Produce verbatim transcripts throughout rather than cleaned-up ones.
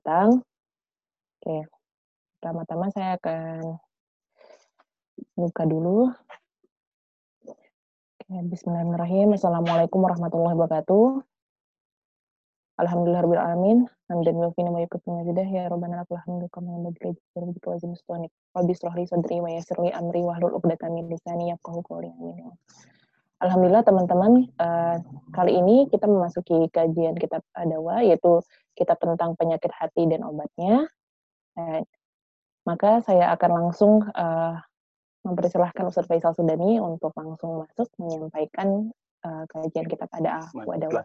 datang. Oke, pertama-tama saya akan buka dulu. Oke, bismillahirrahmanirrahim. Assalamualaikum warahmatullahi wabarakatuh. Alhamdulillahirabbil alamin, hamdan yuwaffi wa yukafi mazidah, ya rabbana lakal hamdu kama yanbaghi li jalali wajhika wa sultanik. Rabbi shrah li sadri wa yassir li amri wahlul 'uqdatam min lisani yafqahu qawli. Amin. Alhamdulillah teman-teman, uh, kali ini kita memasuki kajian kitab Ad-Dawa, yaitu kitab tentang penyakit hati dan obatnya. Uh, maka saya akan langsung uh, mempersilahkan Ustaz Faisal Sudani untuk langsung masuk menyampaikan uh, kajian kitab Ad-Dawa.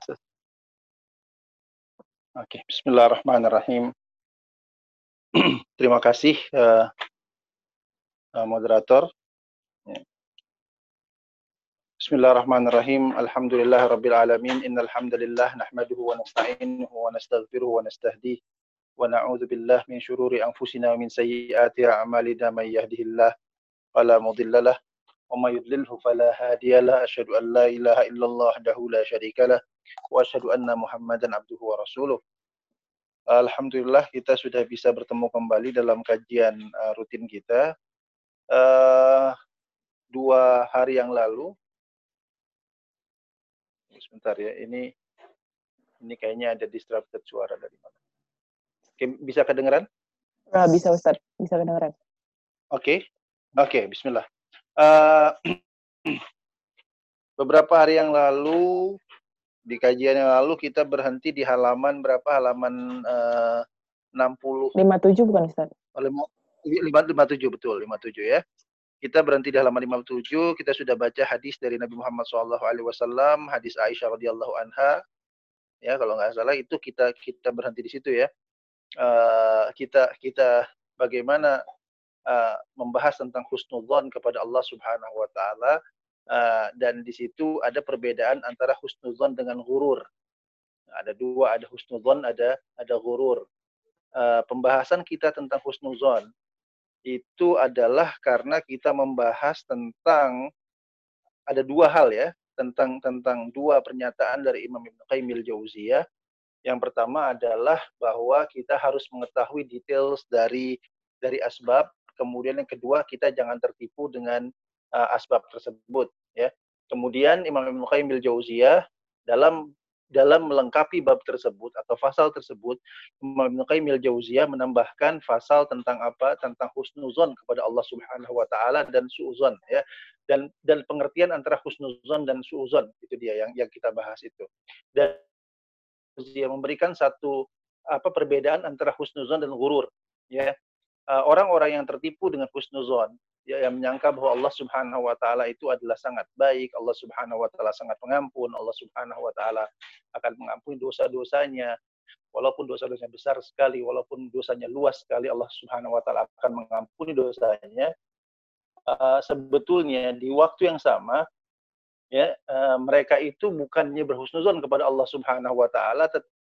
Oke, bismillahirrahmanirrahim. Terima kasih uh, uh, moderator. Bismillahirrahmanirrahim. Alhamdulillahirabbil alamin. Innal hamdalillah nahmaduhu wa nasta'inuhu wa nastaghfiruhu wa nastahdihi wa na'udzu billahi min syururi anfusina wa min sayyiati a'malina may yahdihillahu fala mudhillalah wa may yudlilhu fala hadiyalah. Asyhadu an la ilaha illallah wahdahu la syarikalah wa asyhadu anna Muhammadan abduhu wa rasuluh. Alhamdulillah kita sudah bisa bertemu kembali dalam kajian uh, rutin kita. Uh, dua hari yang lalu, sebentar ya, ini ini kayaknya ada disrupted suara dari mana? Oke, bisa kedengeran? Uh, bisa Ustaz, bisa kedengeran. Oke, oke, Bismillah. Uh, beberapa hari yang lalu, di kajian yang lalu kita berhenti di halaman berapa? Halaman uh, enam puluh. lima puluh tujuh bukan Ustaz? lima puluh tujuh betul, lima puluh tujuh ya. Kita berhenti di halaman lima puluh tujuh, kita sudah baca hadis dari Nabi Muhammad shallallahu alaihi wasallam, hadis Aisyah radhiyallahu anha. Ya, kalau nggak salah itu kita kita berhenti di situ ya. Uh, kita kita bagaimana uh, membahas tentang husnudzon kepada Allah Subhanahu wa taala. Uh, dan di situ ada perbedaan antara husnudzon dengan ghurur. Ada dua, ada husnudzon, ada ada ghurur. Uh, pembahasan kita tentang husnudzon itu adalah karena kita membahas tentang ada dua hal ya, tentang tentang dua pernyataan dari Imam Ibnu Qayyim al-Jauziyah. Yang pertama adalah bahwa kita harus mengetahui details dari dari asbab. Kemudian yang kedua, kita jangan tertipu dengan uh, asbab tersebut ya. Kemudian Imam Ibnu Qayyim al-Jauziyah dalam dalam melengkapi bab tersebut atau fasal tersebut, Imam Ibnu Qayyim al-Jauziyah menambahkan fasal tentang apa? Tentang husnuzon kepada Allah Subhanahu wa taala dan suuzon ya. Dan dan pengertian antara husnuzon dan suuzon, itu dia yang yang kita bahas itu. Dan dia memberikan satu apa perbedaan antara husnuzon dan ghurur ya. Uh, orang-orang yang tertipu dengan husnuzon, ya, yang menyangka bahwa Allah Subhanahu wa taala itu adalah sangat baik, Allah Subhanahu wa taala sangat pengampun, Allah Subhanahu wa taala akan mengampuni dosa-dosanya, walaupun dosa-dosanya besar sekali, walaupun dosanya luas sekali, Allah Subhanahu wa taala akan mengampuni dosanya. Uh, sebetulnya di waktu yang sama ya, uh, mereka itu bukannya berhusnuzon kepada Allah Subhanahu wa taala,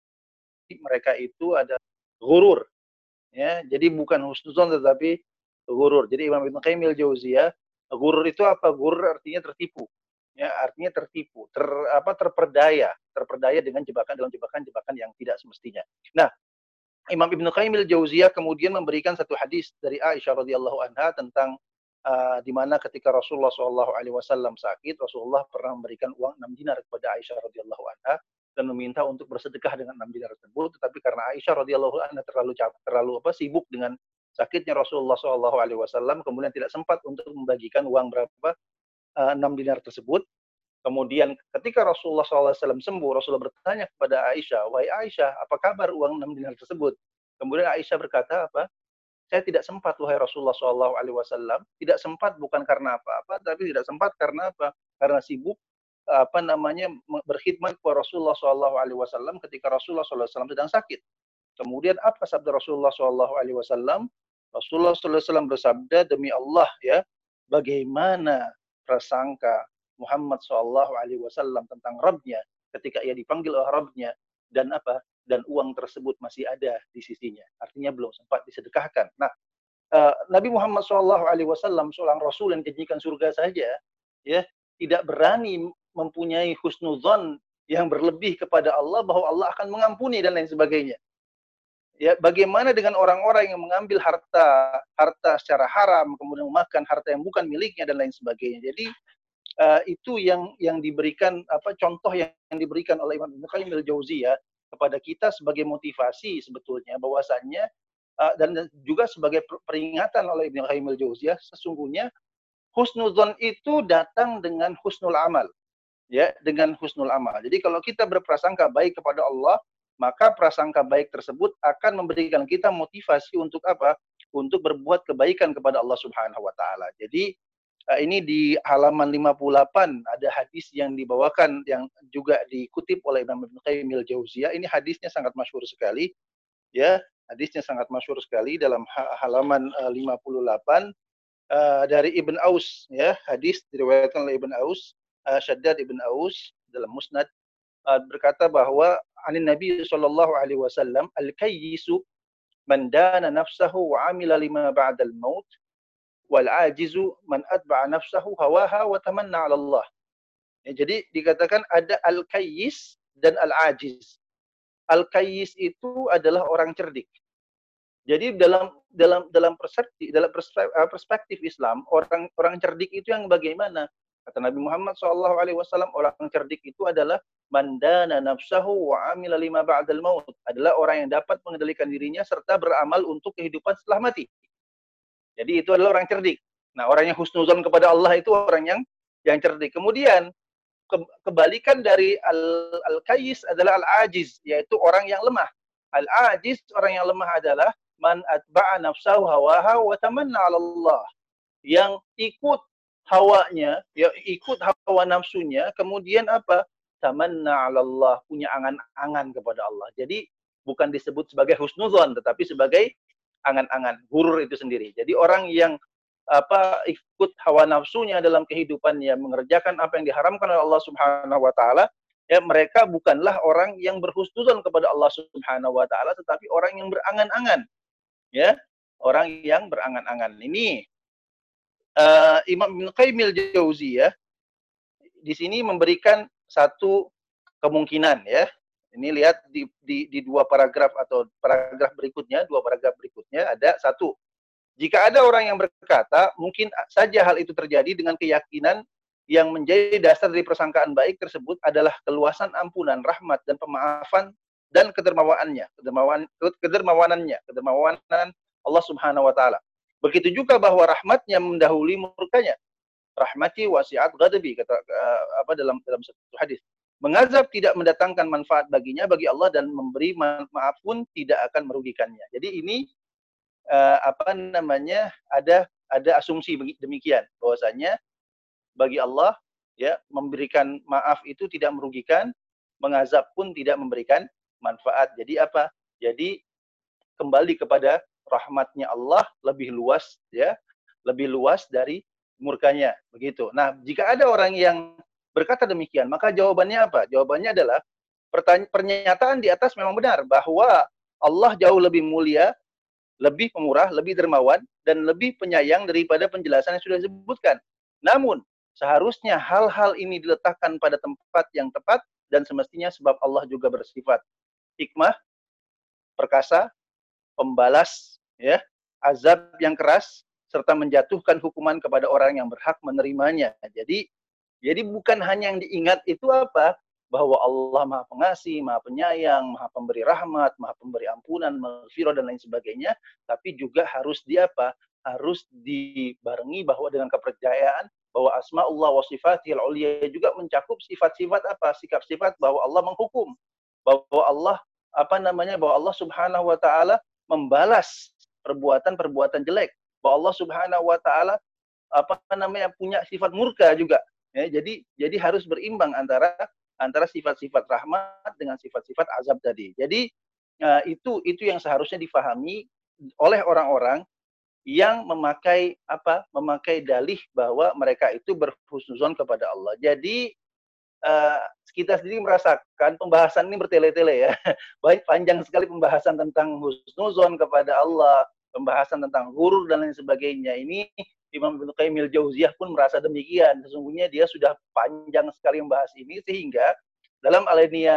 tetapi mereka itu ada ghurur. Ya, jadi bukan husnuzon tetapi ghurur. Jadi Imam Ibnu Qayyim al-Jauziyah, ghurur itu apa? Ghurur artinya tertipu. Ya, artinya tertipu, ter apa terperdaya, terperdaya dengan jebakan dalam jebakan-jebakan yang tidak semestinya. Nah, Imam Ibnu Qayyim al-Jauziyah kemudian memberikan satu hadis dari Aisyah radhiyallahu anha tentang uh, di mana ketika Rasulullah shallallahu alaihi wasallam sakit, Rasulullah pernah memberikan uang enam dinar kepada Aisyah radhiyallahu anha dan meminta untuk bersedekah dengan enam dinar tersebut, tetapi karena Aisyah radhiyallahu anha terlalu capek, terlalu apa sibuk dengan sakitnya Rasulullah shallallahu alaihi wasallam, kemudian tidak sempat untuk membagikan uang berapa uh, enam dinar tersebut. Kemudian ketika Rasulullah shallallahu alaihi wasallam sembuh, Rasulullah bertanya kepada Aisyah, "Wahai Aisyah, apa kabar uang enam dinar tersebut?" Kemudian Aisyah berkata apa? "Saya tidak sempat, wahai Rasulullah shallallahu alaihi wasallam. Tidak sempat bukan karena apa-apa, tapi tidak sempat karena apa? Karena sibuk apa namanya berkhidmat kepada Rasulullah shallallahu alaihi wasallam ketika Rasulullah shallallahu alaihi wasallam sedang sakit." Kemudian apa sabda Rasulullah shallallahu alaihi wasallam? Rasulullah shallallahu alaihi wasallam bersabda, "Demi Allah ya, bagaimana prasangka Muhammad shallallahu alaihi wasallam tentang Rabbnya ketika ia dipanggil oleh Rabbnya, dan apa? Dan uang tersebut masih ada di sisinya." Artinya belum sempat disedekahkan. Nah, uh, Nabi Muhammad shallallahu alaihi wasallam seorang Rasul yang dijanjikan surga saja, ya, tidak berani mempunyai husnuzon yang berlebih kepada Allah bahwa Allah akan mengampuni dan lain sebagainya. Ya, bagaimana dengan orang-orang yang mengambil harta harta secara haram, kemudian memakan harta yang bukan miliknya dan lain sebagainya. Jadi uh, itu yang yang diberikan apa contoh yang, yang diberikan oleh Imam Ibnu Qayyim al-Jauziyah kepada kita sebagai motivasi sebetulnya bahwasannya uh, dan juga sebagai peringatan oleh Ibnu Qayyim al-Jauziyah sesungguhnya husnuzon itu datang dengan husnul amal. Ya, dengan husnul amal. Jadi kalau kita berprasangka baik kepada Allah, maka prasangka baik tersebut akan memberikan kita motivasi untuk apa? Untuk berbuat kebaikan kepada Allah Subhanahu wa taala. Jadi ini di halaman lima puluh delapan ada hadis yang dibawakan yang juga dikutip oleh Imam Ibnu Qayyim al-Jauziyah. Ini hadisnya sangat masyhur sekali, ya. Hadisnya sangat masyhur sekali dalam halaman lima puluh delapan uh, dari Ibn Aus, ya. Hadis diriwayatkan oleh Ibn Aus. Syaddad ibn Aus dalam Musnad uh, berkata bahwa anin Nabi sallallahu alaihi wasallam al-kayyisu man dana nafsahu wa amila lima ba'dal maut wal ajizu man atba'a nafsahu hawaha wa tamanna 'ala Allah. Ya, jadi dikatakan ada al-kayyis dan al-ajiz. Al-kayyis itu adalah orang cerdik. Jadi dalam dalam dalam perspektif dalam perspektif Islam, orang orang cerdik itu yang bagaimana? Kata Nabi Muhammad shallallahu alaihi wasallam, orang cerdik itu adalah mandana nafsahu wa amila lima ba'dal maut. Adalah orang yang dapat mengendalikan dirinya serta beramal untuk kehidupan setelah mati. Jadi itu adalah orang cerdik. Nah, orang yang husnuzon kepada Allah itu orang yang yang cerdik. Kemudian ke, kebalikan dari al-kayyis adalah al-ajiz, yaitu orang yang lemah. Al-ajiz, orang yang lemah adalah man atba'a nafsahu hawaha wa tamanna 'ala Allah. Yang ikut hawanya, ya ikut hawa nafsunya, kemudian apa? Tamanna 'ala Allah, punya angan-angan kepada Allah. Jadi bukan disebut sebagai husnuzon, tetapi sebagai angan-angan, gurur itu sendiri. Jadi orang yang apa ikut hawa nafsunya dalam kehidupannya, mengerjakan apa yang diharamkan oleh Allah Subhanahu wa taala, ya mereka bukanlah orang yang berhusnuzon kepada Allah Subhanahu wa taala, tetapi orang yang berangan-angan. Ya, orang yang berangan-angan. Ini uh, Imam Ibnu Qayyim al-Jauziyah di sini memberikan satu kemungkinan, ya. Ini lihat di, di, di dua paragraf atau paragraf berikutnya, dua paragraf berikutnya ada satu. Jika ada orang yang berkata, mungkin saja hal itu terjadi dengan keyakinan yang menjadi dasar dari persangkaan baik tersebut adalah keluasan ampunan, rahmat, dan pemaafan dan kedermawaannya, kedermawan, kedermawanannya, kedermawanan Allah Subhanahu wa taala. Begitu juga bahwa rahmatnya mendahului murkanya. Rahmati wasi'at ghadabi, kata uh, apa dalam dalam satu hadis. Mengazab tidak mendatangkan manfaat baginya, bagi Allah, dan memberi maaf pun tidak akan merugikannya. Jadi ini uh, apa namanya ada ada asumsi demikian bahwasanya bagi Allah ya memberikan maaf itu tidak merugikan, mengazab pun tidak memberikan manfaat. Jadi apa? Jadi kembali kepada rahmatnya Allah lebih luas, ya, lebih luas dari murkanya, begitu. Nah, jika ada orang yang berkata demikian, maka jawabannya apa? Jawabannya adalah pernyataan di atas memang benar bahwa Allah jauh lebih mulia, lebih pemurah, lebih dermawan, dan lebih penyayang daripada penjelasan yang sudah disebutkan. Namun, seharusnya hal-hal ini diletakkan pada tempat yang tepat dan semestinya sebab Allah juga bersifat hikmah, perkasa, pembalas, ya, azab yang keras, serta menjatuhkan hukuman kepada orang yang berhak menerimanya. Jadi, jadi bukan hanya yang diingat itu apa? Bahwa Allah Maha Pengasih, Maha Penyayang, Maha Pemberi rahmat, Maha Pemberi ampunan, maghfirah dan lain sebagainya, tapi juga harus di apa? Harus dibarengi bahwa dengan kepercayaan bahwa asma'ullah wa sifatihil uliya juga mencakup sifat-sifat apa? Sifat-sifat bahwa Allah menghukum, bahwa Allah apa namanya? Bahwa Allah Subhanahu wa taala membalas perbuatan-perbuatan jelek, bahwa Allah Subhanahu wa taala apa namanya punya sifat murka juga, ya. Jadi jadi harus berimbang antara antara sifat-sifat rahmat dengan sifat-sifat azab tadi. Jadi uh, itu itu yang seharusnya difahami oleh orang-orang yang memakai apa memakai dalih bahwa mereka itu berhusnuzon kepada Allah. Jadi uh, kita sendiri merasakan pembahasan ini bertele-tele, ya. Baik, panjang sekali pembahasan tentang husnuzon kepada Allah, pembahasan tentang ghurur dan lain sebagainya. Ini Imam Ibnu Qayyim al-Jauziyah pun merasa demikian. Sesungguhnya dia sudah panjang sekali membahas ini, sehingga dalam Alinea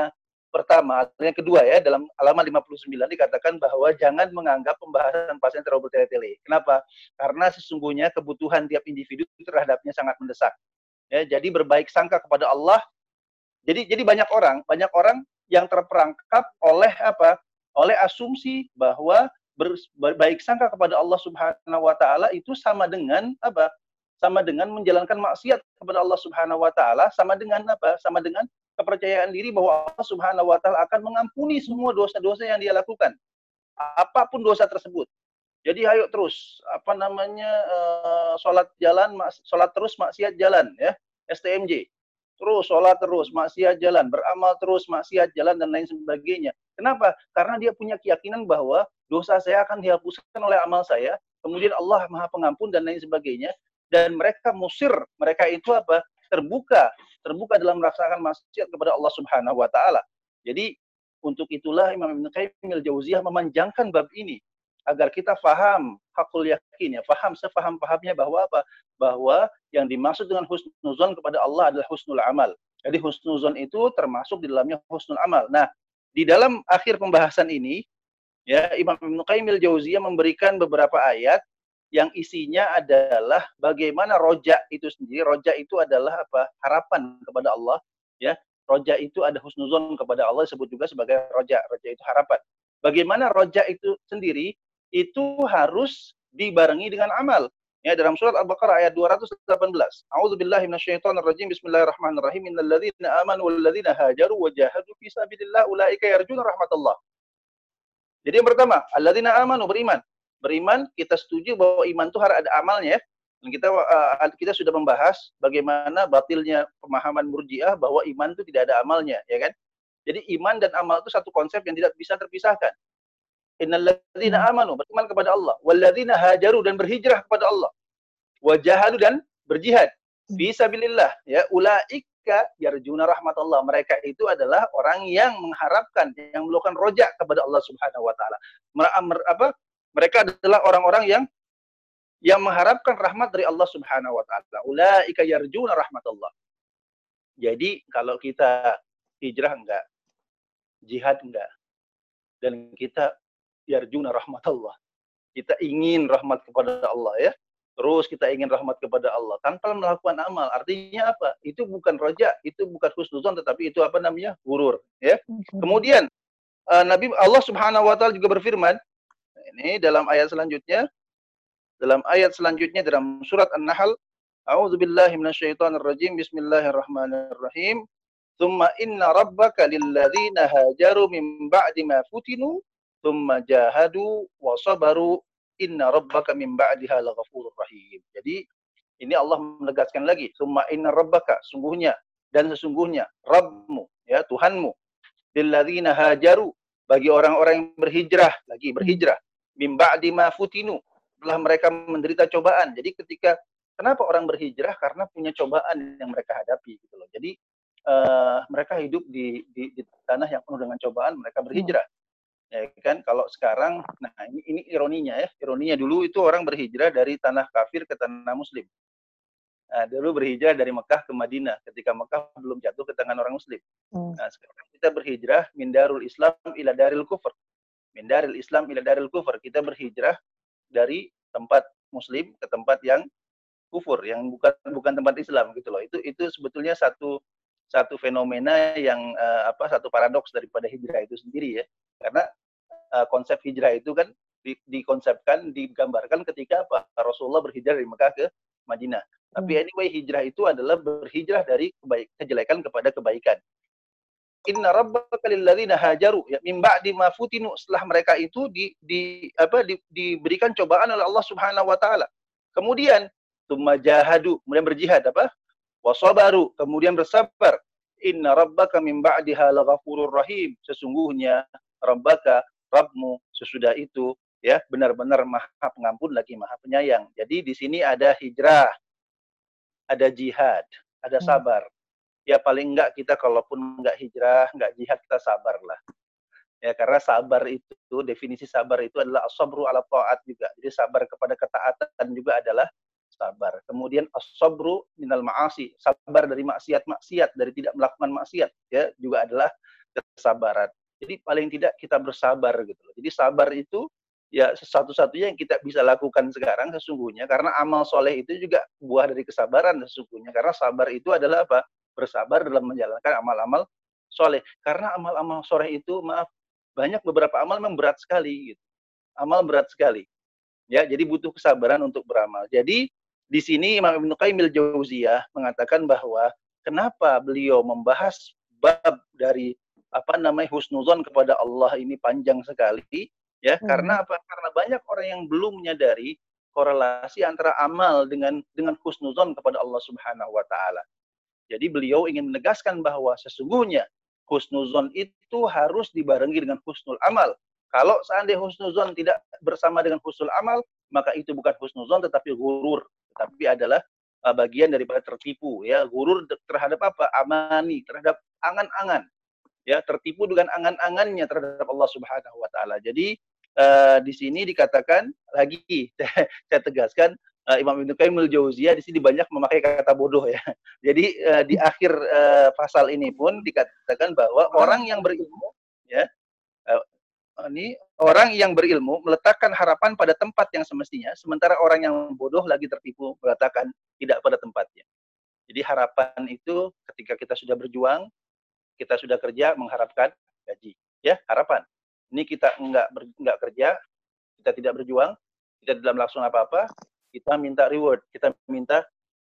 pertama, yang kedua ya, dalam halaman lima puluh sembilan dikatakan bahwa jangan menganggap pembahasan pasien terlalu bertele-tele. Kenapa? Karena sesungguhnya kebutuhan tiap individu terhadapnya sangat mendesak. Ya, jadi berbaik sangka kepada Allah. Jadi jadi banyak orang, banyak orang yang terperangkap oleh apa? Oleh asumsi bahwa ber, berbaik sangka kepada Allah Subhanahu wa taala itu sama dengan apa? Sama dengan menjalankan maksiat kepada Allah Subhanahu wa taala, sama dengan apa? Sama dengan kepercayaan diri bahwa Allah Subhanahu wa taala akan mengampuni semua dosa-dosa yang dia lakukan. Apapun dosa tersebut. Jadi ayo terus apa namanya uh, sholat jalan, sholat terus maksiat jalan ya, S T M J. Terus sholat terus maksiat jalan, beramal terus maksiat jalan dan lain sebagainya. Kenapa? Karena dia punya keyakinan bahwa dosa saya akan dihapuskan oleh amal saya, kemudian Allah Maha Pengampun dan lain sebagainya. Dan mereka musir, mereka itu apa? Terbuka, terbuka dalam melaksanakan maksiat kepada Allah Subhanahu wa taala. Jadi untuk itulah Imam Ibnu Qayyim al-Jauziyah memanjangkan bab ini agar kita faham hakul yakin ya, faham sefaham-fahamnya bahwa apa? Bahwa yang dimaksud dengan husnuzon kepada Allah adalah husnul amal. Jadi husnuzon itu termasuk di dalamnya husnul amal. Nah, di dalam akhir pembahasan ini ya, Imam Ibnu Qayyim al-Jauziyah memberikan beberapa ayat yang isinya adalah bagaimana roja itu sendiri. Roja itu adalah apa? Harapan kepada Allah ya. Roja itu ada husnuzon kepada Allah, disebut juga sebagai roja. Roja itu harapan. Bagaimana roja itu sendiri itu harus dibarengi dengan amal. Ya, dalam surat Al-Baqarah ayat dua ratus delapan belas. A'udzubillahi minasyaitonirrajim. Bismillahirrahmanirrahim. Innal ladzina amanu wal ladzina hajaru wa jahadu fi sabilillah ulaika yarjuna rahmatallah. Jadi yang pertama, alladzina amanu, beriman. Beriman, kita setuju bahwa iman itu harus ada amalnya. Dan kita uh, kita sudah membahas bagaimana batilnya pemahaman Murji'ah bahwa iman itu tidak ada amalnya, ya kan? Jadi iman dan amal itu satu konsep yang tidak bisa terpisahkan. Innal ladzina amanu, beriman kepada Allah, wal ladzina hajaru, dan berhijrah kepada Allah, wa jahadu, dan berjihad fi sabilillah, ya, ulaika yarjuna rahmatullah. Mereka itu adalah orang yang mengharapkan, yang melakukan rojak kepada Allah Subhanahu wa taala. Apa? Mereka adalah orang-orang yang yang mengharapkan rahmat dari Allah Subhanahu wa taala. Ulaika yarjuna rahmatullah. Jadi kalau kita hijrah enggak, jihad enggak, dan kita yarjuna rahmatullah, kita ingin rahmat kepada Allah ya, terus kita ingin rahmat kepada Allah tanpa melakukan amal, artinya apa? Itu bukan roja, itu bukan husnuzon, tetapi itu apa namanya? Gurur ya. Kemudian uh, Nabi Allah Subhanahu wa taala juga berfirman, ini dalam ayat selanjutnya, dalam ayat selanjutnya dalam surat An-Nahl, a'udzubillahi minasyaitonirrajim, bismillahirrahmanirrahim. Tsumma inna rabbaka lilladzina hajaru min ba'di ma futinu tsumma jahadu wa sabaru inna rabbaka min ba'diha laghafurur rahim. Jadi ini Allah menegaskan lagi, tsumma inna rabbaka, sungguhnya dan sesungguhnya Rabbmu ya, Tuhanmu, lilladzina hajaru, bagi orang-orang yang berhijrah, lagi berhijrah, min ba'di ma futinu, setelah mereka menderita cobaan. Jadi ketika kenapa orang berhijrah? Karena punya cobaan yang mereka hadapi gitu loh. Jadi uh, mereka hidup di, di di tanah yang penuh dengan cobaan, mereka berhijrah. Ya kan, kalau sekarang, nah ini ini ironinya ya, ironinya dulu itu orang berhijrah dari tanah kafir ke tanah muslim. Nah, dulu berhijrah dari Mekah ke Madinah ketika Mekah belum jatuh ke tangan orang muslim. Hmm. Nah, sekarang kita berhijrah min darul Islam ila daril kufur. Min daril Islam ila daril kufur. Kita berhijrah dari tempat muslim ke tempat yang kufur, yang bukan bukan tempat Islam gitu loh. Itu itu sebetulnya satu satu fenomena yang uh, apa satu paradoks daripada hijrah itu sendiri ya. Karena uh, konsep hijrah itu kan di, dikonsepkan, digambarkan ketika apa? Rasulullah berhijrah dari Mekah ke Madinah. Hmm. Tapi anyway, hijrah itu adalah berhijrah dari kebaik, kejelekan kepada kebaikan. Inna rabbaka lilladzina hajaru ya min ba'di ma futinu, setelah mereka itu di, di apa di, diberikan cobaan oleh Allah Subhanahu wa taala. Kemudian tsumma jahadu, kemudian berjihad apa? Wasabaru, kemudian bersabar. Inna rabbaka min ba'diha laghafurur rahim, sesungguhnya Rabbaka, Rabbmu, sesudah itu ya benar-benar Maha Pengampun lagi Maha Penyayang. Jadi di sini ada hijrah, ada jihad, ada sabar. Ya paling enggak kita kalaupun enggak hijrah, enggak jihad, kita sabar lah. Ya karena sabar itu, definisi sabar itu adalah as-sabru ala ta'at juga. Jadi sabar kepada ketaatan juga adalah sabar. Kemudian as-sabru minal ma'asi, sabar dari maksiat-maksiat, dari tidak melakukan maksiat, ya juga adalah kesabaran. Jadi paling tidak kita bersabar gitu loh. Jadi sabar itu ya satu-satunya yang kita bisa lakukan sekarang sesungguhnya, karena amal soleh itu juga buah dari kesabaran sesungguhnya. Karena sabar itu adalah apa? Bersabar dalam menjalankan amal-amal soleh. Karena amal-amal soleh itu, maaf, banyak beberapa amal memang berat sekali gitu. Amal berat sekali. Ya, jadi butuh kesabaran untuk beramal. Jadi di sini Imam Ibnu Qayyim al-Jauziyah mengatakan bahwa kenapa beliau membahas bab dari apa namanya husnuzon kepada Allah ini panjang sekali, ya, hmm. karena apa? Karena banyak orang yang belum menyadari korelasi antara amal dengan dengan husnuzon kepada Allah Subhanahu wa taala. Jadi beliau ingin menegaskan bahwa sesungguhnya husnuzon itu harus dibarengi dengan husnul amal. Kalau seandainya husnuzon tidak bersama dengan husnul amal, maka itu bukan husnuzon tetapi gurur, tetapi adalah uh, bagian daripada tertipu, ya. Gurur terhadap apa? Amani, terhadap angan-angan, ya, tertipu dengan angan-angannya terhadap Allah Subhanahu wa taala. Jadi uh, di sini dikatakan lagi saya tegaskan, uh, Imam Ibnu Qayyim al-Jauziyah di sini banyak memakai kata bodoh, ya. Jadi uh, di akhir uh, pasal ini pun dikatakan bahwa orang yang berilmu, ya, uh, ini orang yang berilmu meletakkan harapan pada tempat yang semestinya, sementara orang yang bodoh lagi tertipu meletakkan tidak pada tempatnya. Jadi harapan itu ketika kita sudah berjuang, kita sudah kerja mengharapkan gaji, ya, harapan. Ini kita enggak ber, enggak kerja, kita tidak berjuang, kita tidak melakukan apa-apa, kita minta reward, kita minta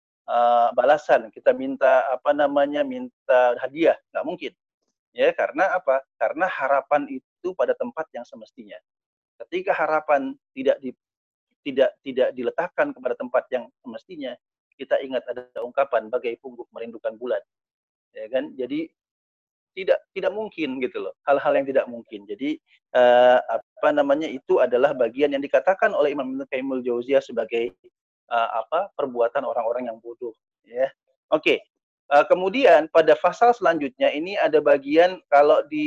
uh, balasan, kita minta apa namanya, minta hadiah, nggak mungkin. Ya, karena apa? Karena harapan itu pada tempat yang semestinya. Ketika harapan tidak di, tidak tidak diletakkan kepada tempat yang semestinya, kita ingat ada ungkapan bagai pungguk merindukan bulan. Ya kan? Jadi tidak tidak mungkin gitu loh. Hal-hal yang tidak mungkin. Jadi uh, apa namanya itu adalah bagian yang dikatakan oleh Imam Ibnu Qayyim al-Jauziyah sebagai uh, apa? perbuatan orang-orang yang bodoh, ya. Oke. Okay. Uh, kemudian pada pasal selanjutnya ini ada bagian kalau di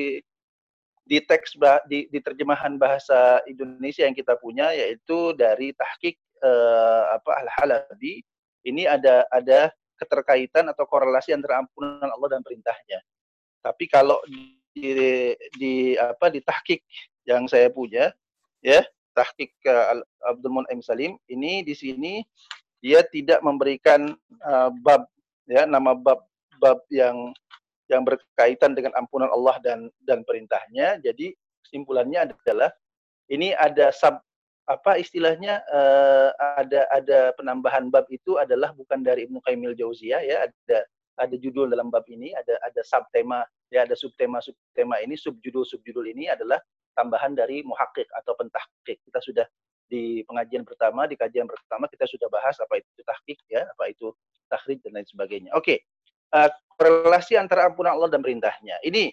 di teks di, di terjemahan bahasa Indonesia yang kita punya, yaitu dari tahqiq uh, apa Al-Halabi, ini ada ada keterkaitan atau korelasi antara ampunan Allah dan perintahnya. Tapi kalau di di apa di tahqiq yang saya punya, ya, tahqiq uh, Abdul Mun'im Salim, ini di sini dia tidak memberikan uh, bab, ya, nama bab bab yang yang berkaitan dengan ampunan Allah dan dan perintahnya. Jadi kesimpulannya adalah ini ada sub apa istilahnya uh, ada ada penambahan bab itu adalah bukan dari Ibnu Qayyim al-Jauziyah, ya. Ada ada judul dalam bab ini, ada ada subtema, ya, ada subtema subtema ini, subjudul subjudul ini adalah tambahan dari muhaqqiq atau pentahqiq. Kita sudah di pengajian pertama, di kajian pertama kita sudah bahas apa itu tahqiq, ya, apa itu takhrij dan lain sebagainya. Oke. Okay. Uh, korelasi antara ampunan Allah dan perintahnya. Ini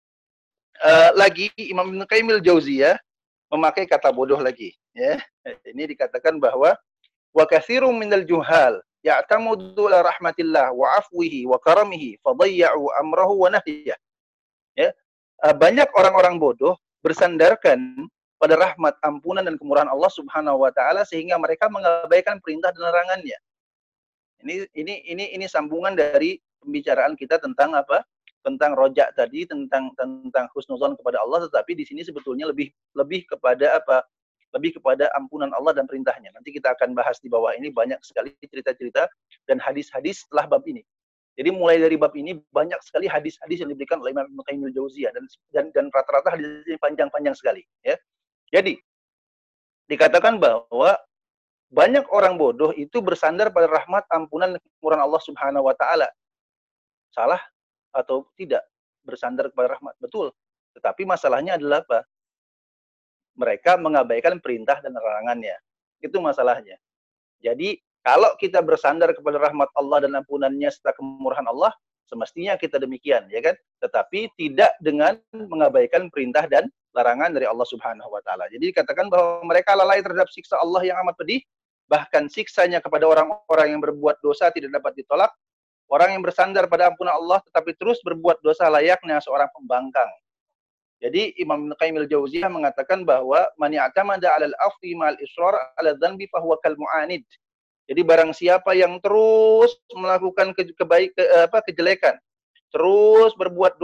uh, lagi Imam Ibnu Qayyim al-Jauziyah memakai kata bodoh lagi, ya. Ini dikatakan bahwa wa katsirun minal juhal ya'tamudu ala rahmatillah wa afwihi wa karamihi fadayya'u amrahu wa nahyah. Ya. Uh, banyak orang-orang bodoh bersandarkan pada rahmat, ampunan dan kemurahan Allah Subhanahu wa taala sehingga mereka mengabaikan perintah dan larangannya. Ini ini ini ini sambungan dari pembicaraan kita tentang apa? Tentang rojak tadi, tentang tentang husnuzon kepada Allah, tetapi di sini sebetulnya lebih lebih kepada apa? Lebih kepada ampunan Allah dan perintahnya. Nanti kita akan bahas di bawah ini banyak sekali cerita-cerita dan hadis-hadis setelah bab ini. Jadi mulai dari bab ini banyak sekali hadis-hadis yang diberikan oleh Imam Ibnu Qayyim al-Jauziyah dan dan dan rata-rata hadis ini panjang-panjang sekali, ya. Jadi dikatakan bahwa banyak orang bodoh itu bersandar pada rahmat, ampunan, dan kemurahan Allah Subhanahu wa taala. Salah atau tidak bersandar kepada rahmat? Betul. Tetapi masalahnya adalah apa? Mereka mengabaikan perintah dan larangannya. Itu masalahnya. Jadi, kalau kita bersandar kepada rahmat Allah dan ampunannya serta kemurahan Allah, semestinya kita demikian, ya kan? Tetapi tidak dengan mengabaikan perintah dan larangan dari Allah Subhanahu wa taala. Jadi dikatakan bahwa mereka lalai terhadap siksa Allah yang amat pedih, bahkan siksanya kepada orang-orang yang berbuat dosa tidak dapat ditolak. Orang yang bersandar pada ampunan Allah tetapi terus berbuat dosa layaknya seorang pembangkang. Jadi Imam Ibnu Qayyim al-Jauziyah mengatakan bahwa man i'tamada 'alal afwi ma'al israr 'ala dzanbi fa huwa kal mu'anid. Jadi barang siapa yang terus melakukan ke kebaik ke, apa kejelekan, terus berbuat dosa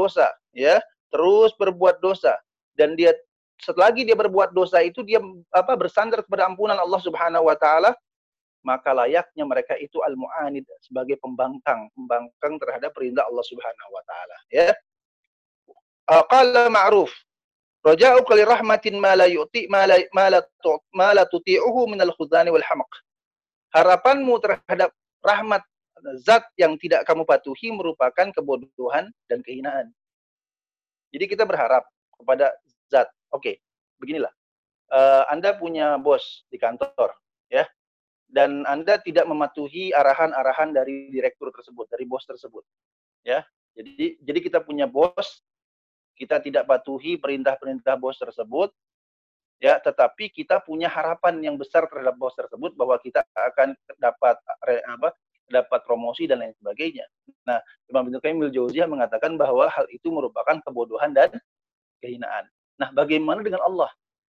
ya, terus berbuat dosa, dan dia selagi dia berbuat dosa itu dia apa bersandar kepada ampunan Allah Subhanahu wa taala, maka layaknya mereka itu al-mu'anid, sebagai pembangkang, pembangkang terhadap perintah Allah Subhanahu wa taala, ya. Uh, qala Ma'ruf, raja'uka li rahmatin ma la yu'ti ma la ma la tu ma la tuti'uhu min al-khudhani wal hamaq. Harapanmu terhadap rahmat zat yang tidak kamu patuhi merupakan kebodohan dan kehinaan. Jadi kita berharap kepada zat. Oke, okay, beginilah. Uh, Anda punya bos di kantor, ya, dan Anda tidak mematuhi arahan-arahan dari direktur tersebut, dari bos tersebut, ya. Jadi, jadi kita punya bos, kita tidak patuhi perintah-perintah bos tersebut, ya, tetapi kita punya harapan yang besar terhadap bos tersebut bahwa kita akan dapat apa, dapat promosi dan lain sebagainya. Nah, Imam Ibnu Qayyim al-Jauziyah mengatakan bahwa hal itu merupakan kebodohan dan kehinaan. Nah, bagaimana dengan Allah?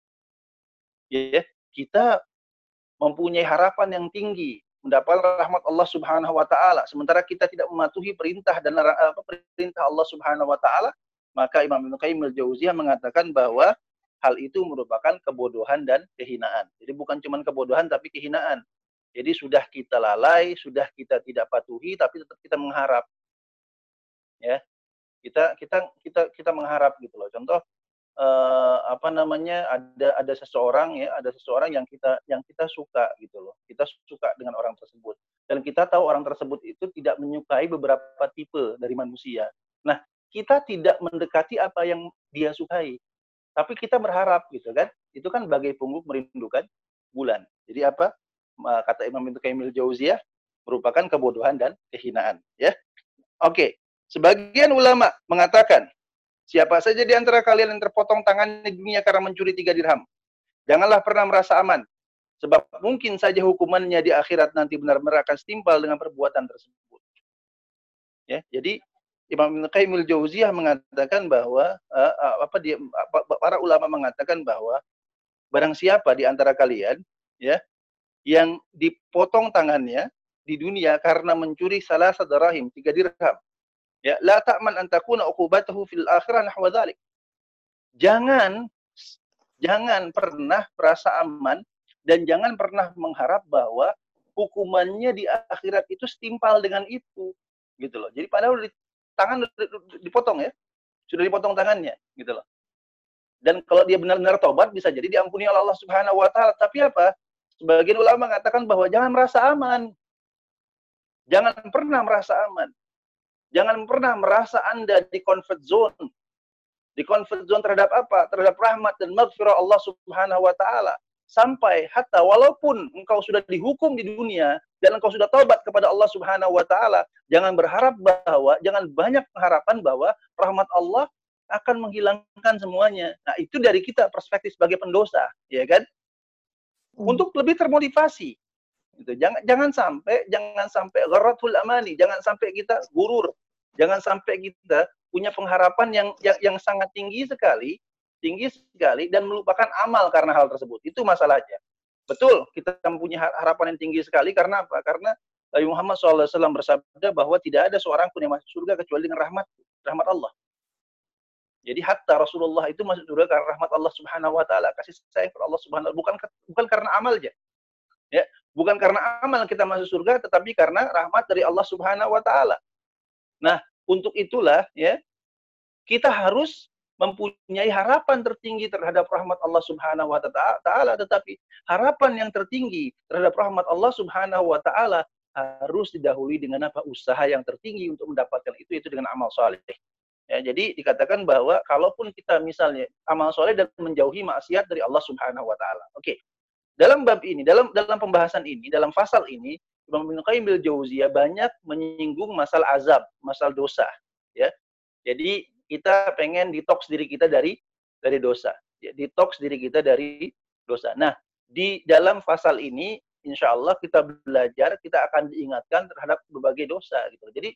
Ya, kita mempunyai harapan yang tinggi mendapat rahmat Allah Subhanahu wa taala, sementara kita tidak mematuhi perintah dan apa, perintah Allah Subhanahu wa taala, maka Imam Ibnu Qayyim al-Jauziyah mengatakan bahwa hal itu merupakan kebodohan dan kehinaan. Jadi bukan cuma kebodohan tapi kehinaan. Jadi sudah kita lalai, sudah kita tidak patuhi, tapi tetap kita mengharap. Ya. Kita kita kita kita mengharap gitu loh. Contoh Uh, apa namanya, ada ada seseorang ya, ada seseorang yang kita yang kita suka gitu loh. Kita suka dengan orang tersebut. Dan kita tahu orang tersebut itu tidak menyukai beberapa tipe dari manusia. Nah, kita tidak mendekati apa yang dia sukai. Tapi kita berharap gitu kan. Itu kan bagai pungguk merindukan bulan. Jadi apa? Kata Imam Ibnu Qayyim al-Jauziyah, merupakan kebodohan dan kehinaan, ya. Oke. Sebagian ulama mengatakan, siapa saja di antara kalian yang terpotong tangannya di dunia karena mencuri tiga dirham, janganlah pernah merasa aman, sebab mungkin saja hukumannya di akhirat nanti benar-benar akan setimpal dengan perbuatan tersebut. Ya, jadi Imam Ibnu Qayyim al-Jauziyah mengatakan bahwa uh, uh, apa dia uh, para ulama mengatakan bahwa barang siapa di antara kalian, ya, yang dipotong tangannya di dunia karena mencuri salah satu dirham, tiga dirham, ya, la ta'man an takuna uqubatuhu fil akhirah nahwa dzalik. Jangan jangan pernah merasa aman dan jangan pernah mengharap bahwa hukumannya di akhirat itu setimpal dengan itu, gitu loh. Jadi padahal di, tangan dipotong ya, sudah dipotong tangannya, gitu loh. Dan kalau dia benar-benar tobat bisa jadi diampuni oleh Allah Subhanahu wa taala. Tapi apa? Sebagian ulama mengatakan bahwa jangan merasa aman. Jangan pernah merasa aman. Jangan pernah merasa Anda di comfort zone. Di comfort zone terhadap apa? Terhadap rahmat dan maghfirah Allah Subhanahu wa taala. Sampai hatta walaupun engkau sudah dihukum di dunia dan engkau sudah taubat kepada Allah Subhanahu wa taala, jangan berharap bahwa jangan banyak harapan bahwa rahmat Allah akan menghilangkan semuanya. Nah, itu dari kita perspektif sebagai pendosa, ya kan? Untuk lebih termotivasi. Gitu. Jangan jangan sampai jangan sampai gharratul amani, jangan sampai kita gurur. Jangan sampai kita punya pengharapan yang, yang yang sangat tinggi sekali, tinggi sekali dan melupakan amal karena hal tersebut. Itu masalahnya. Betul, kita mempunyai harapan yang tinggi sekali karena apa? Karena Nabi Muhammad shallallahu alaihi wasallam bersabda bahwa tidak ada seorang pun yang masuk surga kecuali dengan rahmat rahmat Allah. Jadi hatta Rasulullah itu masuk surga karena rahmat Allah Subhanahu wa taala, kasih sayang kepada Allah Subhanahu wa taala, bukan bukan karena amalnya. Ya, bukan karena amal kita masuk surga, tetapi karena rahmat dari Allah Subhanahu wa taala. Nah, untuk itulah ya, kita harus mempunyai harapan tertinggi terhadap rahmat Allah Subhanahu wa taala, tetapi harapan yang tertinggi terhadap rahmat Allah Subhanahu wa taala harus didahului dengan apa? Usaha yang tertinggi untuk mendapatkan itu, itu dengan amal saleh. Ya, jadi dikatakan bahwa kalaupun kita misalnya amal saleh dan menjauhi maksiat dari Allah Subhanahu wa taala. Oke. Dalam bab ini, dalam dalam pembahasan ini, dalam pasal ini, Imam Ibnu Qayyim al-Jauziyah banyak menyinggung masalah azab, masalah dosa, ya. Jadi kita pengen detox diri kita dari dari dosa, ya, detox diri kita dari dosa. Nah, di dalam pasal ini, insya Allah kita belajar, kita akan diingatkan terhadap berbagai dosa, gitu. Jadi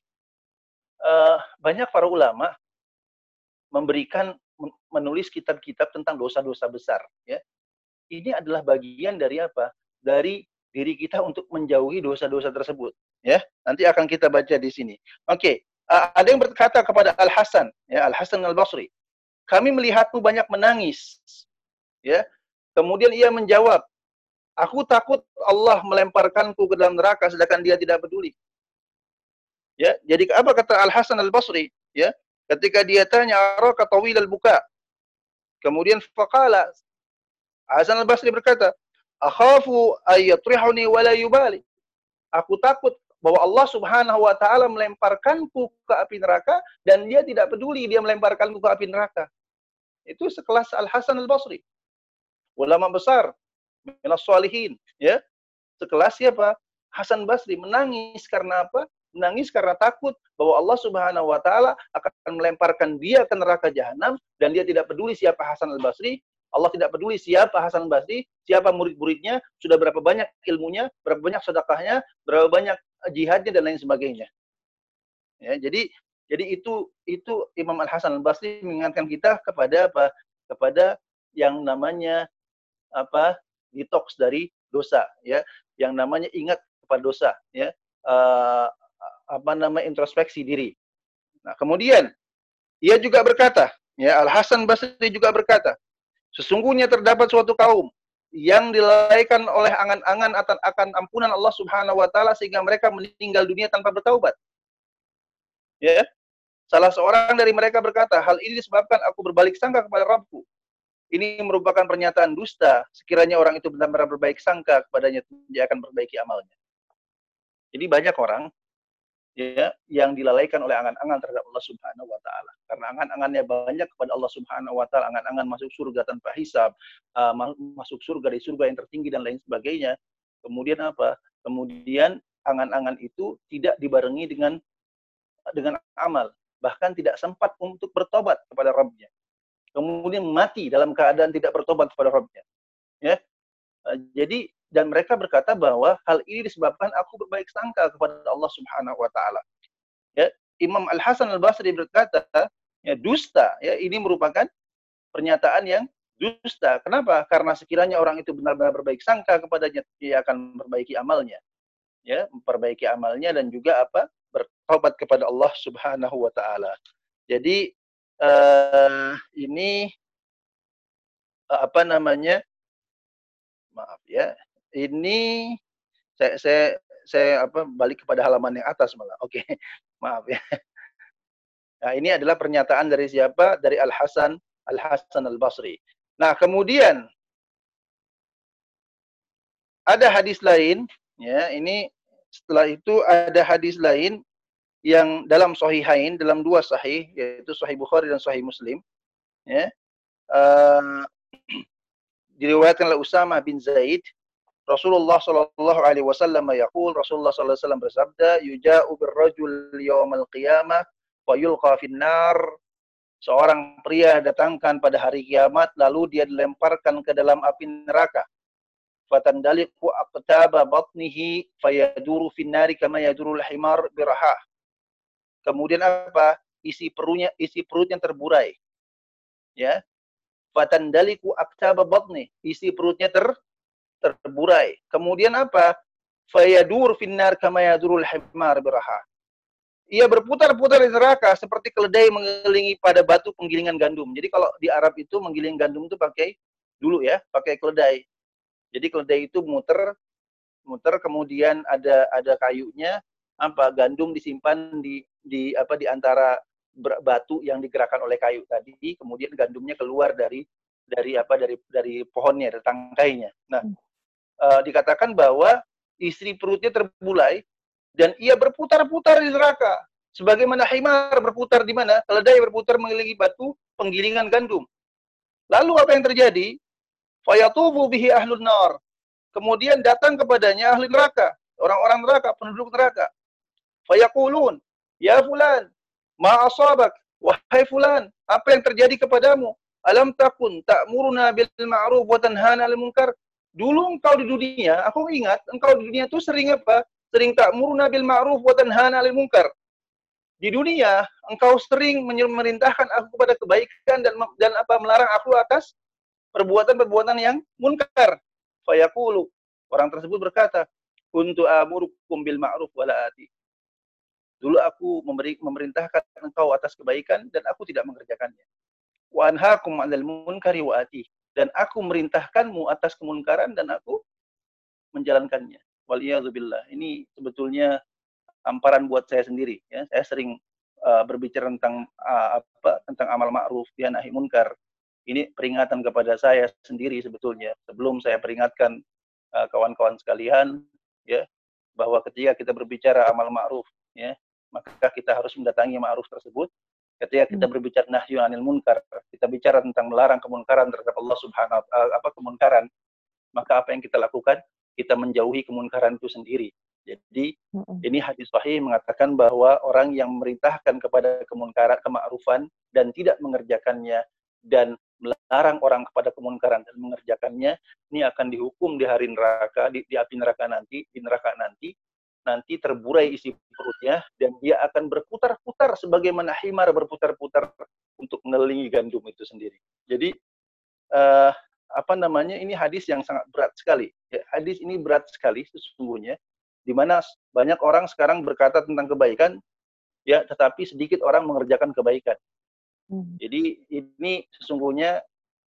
uh, banyak para ulama memberikan menulis kitab-kitab tentang dosa-dosa besar, ya. Ini adalah bagian dari apa? Dari diri kita untuk menjauhi dosa-dosa tersebut, ya. Nanti akan kita baca di sini. Oke, Uh, ada yang berkata kepada Al Hasan, ya Al Hasan Al Basri, kami melihatmu banyak menangis, ya. Kemudian ia menjawab, aku takut Allah melemparkanku ke dalam neraka sedangkan dia tidak peduli. Ya, jadi apa kata Al Hasan Al Basri? Ya, ketika dia tanya, araka tawil al buka. Kemudian faqala, Hasan Al Basri berkata, akhafu ayatrihuni wa la yubali. Aku takut bahwa Allah Subhanahu wa taala melemparkanku ke api neraka dan dia tidak peduli dia melemparkanku ke api neraka. Itu sekelas Al Hasan Al Basri. Ulama besar minas shalihin, ya. Sekelas siapa? Hasan Basri menangis karena apa? Menangis karena takut bahwa Allah Subhanahu wa taala akan melemparkan dia ke neraka jahanam dan dia tidak peduli siapa Hasan Al Basri. Allah tidak peduli siapa Hasan Basri, siapa murid-muridnya, sudah berapa banyak ilmunya, berapa banyak sedekahnya, berapa banyak jihadnya dan lain sebagainya. Ya, jadi jadi itu itu Imam Al Hasan Al Basri mengingatkan kita kepada apa? Kepada yang namanya apa? Detox dari dosa, ya. Yang namanya ingat kepada dosa, ya. Uh, apa nama introspeksi diri. Nah, kemudian ia juga berkata, ya Al Hasan Basri juga berkata, sesungguhnya terdapat suatu kaum yang dilalaikan oleh angan-angan akan ampunan Allah Subhanahu wa taala sehingga mereka meninggal dunia tanpa bertaubat. Ya. Salah seorang dari mereka berkata, hal ini disebabkan aku berbalik sangka kepada Rabbku. Ini merupakan pernyataan dusta. Sekiranya orang itu benar-benar berbaik sangka kepadanya, dia akan perbaiki amalnya. Jadi banyak orang ya yang dilalaikan oleh angan-angan terhadap Allah Subhanahu wa taala. Karena angan-angannya banyak kepada Allah Subhanahu wa taala, angan-angan masuk surga tanpa hisab, uh, masuk surga di surga yang tertinggi dan lain sebagainya. Kemudian apa? Kemudian angan-angan itu tidak dibarengi dengan dengan amal, bahkan tidak sempat untuk bertobat kepada Rabb-Nya. Kemudian mati dalam keadaan tidak bertobat kepada Rabb-Nya. Ya. Uh, jadi dan mereka berkata bahwa hal ini disebabkan aku berbaik sangka kepada Allah Subhanahu wa taala. Ya, Imam Al Hasan Al Basri berkata, ya dusta, ya ini merupakan pernyataan yang dusta. Kenapa? Karena sekiranya orang itu benar-benar berbaik sangka kepadanya, dia akan memperbaiki amalnya. Ya, memperbaiki amalnya dan juga apa? Bertobat kepada Allah Subhanahu wa taala. Jadi uh, ini uh, apa namanya? Maaf ya. Ini saya saya saya apa balik kepada halaman yang atas malah. Oke. Maaf ya. Nah, ini adalah pernyataan dari siapa? Dari Al Hasan Al Hasan Al Basri. Nah, kemudian ada hadis lain, ya, ini setelah itu ada hadis lain yang dalam Sahihain, dalam dua sahih, yaitu Sahih Bukhari dan Sahih Muslim, ya. Uh, diriwayatkan oleh Usama bin Zaid, Rasulullah sallallahu alaihi wasallam yaqul, Rasulullah sallallahu alaihi wasallam bersabda, yuja'u birrajul yaumal qiyamah wa yulqa finnar. Seorang pria datangkan pada hari kiamat lalu dia dilemparkan ke dalam api neraka. Fatandaliqu aqtaba batnihi fayaduru finnari kama yadurul himar biraha. Kemudian apa? Isi perutnya isi perutnya terburai. Ya. Fatandaliqu aqtaba batni, isi perutnya ter terburai. Kemudian apa? Fayadur finnar kama yadurul himar biraha. Ia berputar-putar di neraka seperti keledai mengelilingi pada batu penggilingan gandum. Jadi kalau di Arab itu menggiling gandum itu pakai dulu ya, pakai keledai. Jadi keledai itu muter muter kemudian ada ada kayunya, apa gandum disimpan di di apa di antara batu yang digerakkan oleh kayu tadi, kemudian gandumnya keluar dari dari apa dari dari pohonnya, dari tangkainya. Nah, Uh, dikatakan bahwa isi perutnya terbulai dan ia berputar-putar di neraka sebagaimana himar berputar di mana? Keledai berputar mengelilingi batu penggilingan gandum. Lalu apa yang terjadi? Fayatubu bihi ahlun nar. Kemudian datang kepadanya ahli neraka, orang-orang neraka, penduduk neraka. Fayaqulun, ya fulan, ma asabak, wahai fulan, apa yang terjadi kepadamu? Alam takun ta'muruna bil ma'ruf wa tanhana 'anil munkar? Dulu engkau di dunia, aku ingat, engkau di dunia itu sering apa? Sering ta'muruna bil ma'ruf wa tanhana 'anil munkar. Di dunia, engkau sering memerintahkan aku kepada kebaikan dan dan apa melarang aku atas perbuatan-perbuatan yang munkar. Fayaqulu, orang tersebut berkata, kuntu amurukum bil ma'ruf wa la ati. Dulu aku memberi, memerintahkan engkau atas kebaikan dan aku tidak mengerjakannya. Wa anhaakum 'anil munkari wa atih. Dan aku merintahkanmu atas kemunkaran dan aku menjalankannya. Waliyadzubillah. Ini sebetulnya tamparan buat saya sendiri. Ya. Saya sering uh, berbicara tentang uh, apa tentang amal ma'ruf ya nahi munkar. Ini peringatan kepada saya sendiri sebetulnya. Sebelum saya peringatkan kawan-kawan uh, sekalian, ya, bahwa ketika kita berbicara amal ma'ruf, ya, maka kita harus mendatangi ma'ruf tersebut. Ketika kita berbicara nahyu anil munkar, kita bicara tentang melarang kemunkaran terhadap Allah Subhanahu uh, apa kemunkaran, maka apa yang kita lakukan? Kita menjauhi kemunkaran itu sendiri. Jadi mm-hmm. ini hadis sahih mengatakan bahwa orang yang memerintahkan kepada kemunkaran, kema'rufan dan tidak mengerjakannya dan melarang orang kepada kemunkaran dan mengerjakannya, ini akan dihukum di hari neraka, di, di api neraka nanti, di neraka nanti, nanti terburai isi perutnya dan dia akan berputar-putar sebagaimana himar berputar-putar untuk mengelilingi gandum itu sendiri. Jadi uh, apa namanya ini hadis yang sangat berat sekali. Ya, hadis ini berat sekali sesungguhnya, di mana banyak orang sekarang berkata tentang kebaikan, ya, tetapi sedikit orang mengerjakan kebaikan. Hmm. Jadi ini sesungguhnya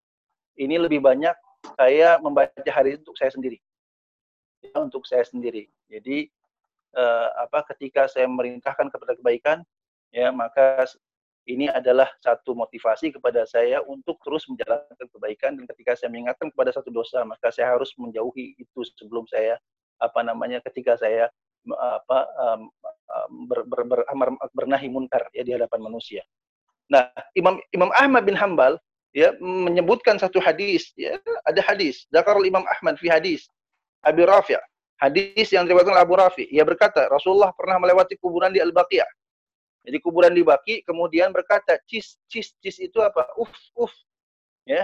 ini lebih banyak saya membaca hadis untuk saya sendiri, ya, untuk saya sendiri. Jadi uh, apa ketika saya merintahkan kepada kebaikan, ya maka ini adalah satu motivasi kepada saya untuk terus menjalankan kebaikan, dan ketika saya mengingatkan kepada satu dosa, maka saya harus menjauhi itu sebelum saya apa namanya ketika saya apa um, ber, ber, ber, ber, bernahi munkar ya di hadapan manusia. Nah, Imam Imam Ahmad bin Hambal ya menyebutkan satu hadis, ya ada hadis Zakarul Imam Ahmad fi hadis Abi Rafi', hadis yang diriwayatkan oleh Abu Rafi', ia berkata Rasulullah pernah melewati kuburan di Al-Baqiyah. Jadi kuburan di Baqi, kemudian berkata cis cis cis itu apa? Uf uf, ya.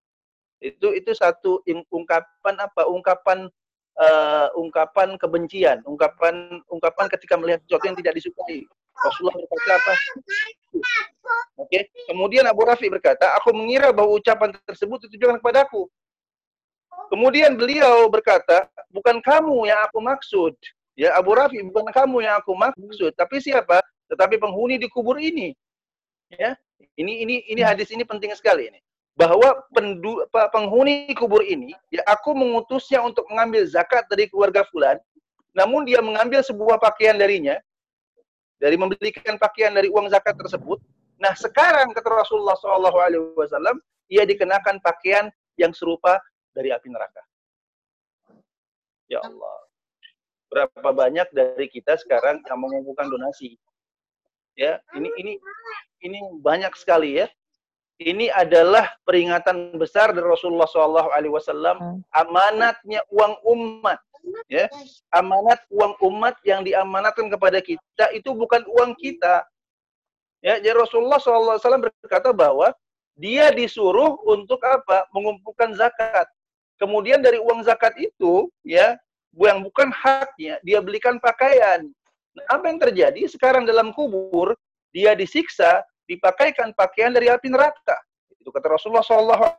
Itu itu satu ungkapan apa? Ungkapan uh, ungkapan kebencian, ungkapan ungkapan ketika melihat sesuatu yang tidak disukai. Rasulullah berkata apa? Oke. Okay. Kemudian Abu Rafi berkata, aku mengira bahwa ucapan tersebut ditujukan kepadaku. Kemudian beliau berkata, bukan kamu yang aku maksud. Ya Abu Rafi, bukan kamu yang aku maksud, tapi siapa? Tetapi penghuni di kubur ini, ya, ini ini ini hadis ini penting sekali ini, bahwa pendu, penghuni kubur ini, ya, aku mengutusnya untuk mengambil zakat dari keluarga fulan, namun dia mengambil sebuah pakaian darinya, dari membelikan pakaian dari uang zakat tersebut. Nah sekarang kata Rasulullah Shallallahu Alaihi Wasallam, ia dikenakan pakaian yang serupa dari api neraka. Ya Allah, berapa banyak dari kita sekarang yang mengumpulkan donasi? Ya, ini ini ini banyak sekali ya. Ini adalah peringatan besar dari Rasulullah Shallallahu Alaihi Wasallam, amanatnya uang umat, ya, amanat uang umat yang diamanatkan kepada kita itu bukan uang kita. Ya, jadi Rasulullah Shallallahu Alaihi Wasallam berkata bahwa dia disuruh untuk apa? Mengumpulkan zakat. Kemudian dari uang zakat itu, ya, yang bukan haknya, dia belikan pakaian. Nah, apa yang terjadi sekarang dalam kubur? Dia disiksa, dipakaikan pakaian dari api neraka. Itu kata Rasulullah Shallallahu Alaihi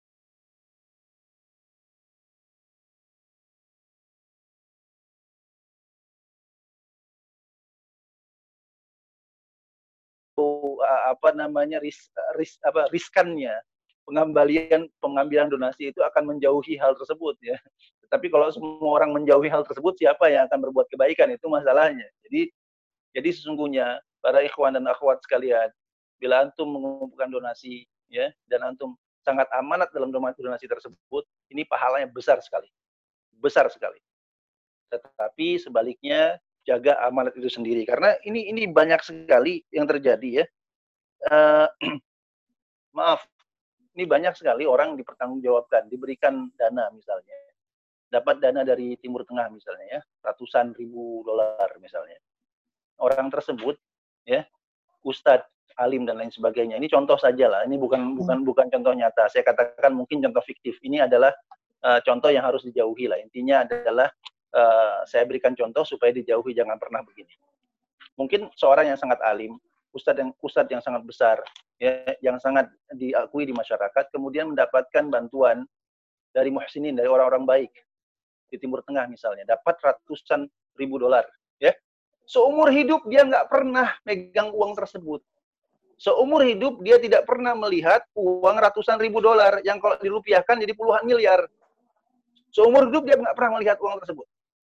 Wasallam. Apa namanya ris, ris apa riskannya pengembalian pengambilan donasi itu akan menjauhi hal tersebut, ya. Tapi kalau semua orang menjauhi hal tersebut, siapa yang akan berbuat kebaikan? Itu masalahnya. Jadi jadi sesungguhnya para ikhwan dan akhwat sekalian, bila antum mengumpulkan donasi, ya, dan antum sangat amanat dalam donasi tersebut, ini pahalanya besar sekali. Besar sekali. Tetapi sebaliknya, jaga amanat itu sendiri. Karena ini ini banyak sekali yang terjadi, ya. Uh, maaf, ini banyak sekali orang dipertanggungjawabkan, diberikan dana misalnya. Dapat dana dari Timur Tengah misalnya, ya, ratusan ribu dolar misalnya. Orang tersebut, ya, ustadz, alim dan lain sebagainya. Ini contoh saja lah. Ini bukan bukan bukan contoh nyata. Saya katakan mungkin contoh fiktif. Ini adalah uh, contoh yang harus dijauhi lah. Intinya adalah uh, saya berikan contoh supaya dijauhi, jangan pernah begini. Mungkin seorang yang sangat alim, ustadz yang ustadz yang sangat besar, ya, yang sangat diakui di masyarakat, kemudian mendapatkan bantuan dari muhsinin, dari orang-orang baik di Timur Tengah misalnya, dapat ratusan ribu dolar, ya. Seumur hidup dia nggak pernah megang uang tersebut. Seumur hidup dia tidak pernah melihat uang ratusan ribu dolar yang kalau dirupiahkan jadi puluhan miliar. Seumur hidup dia nggak pernah melihat uang tersebut.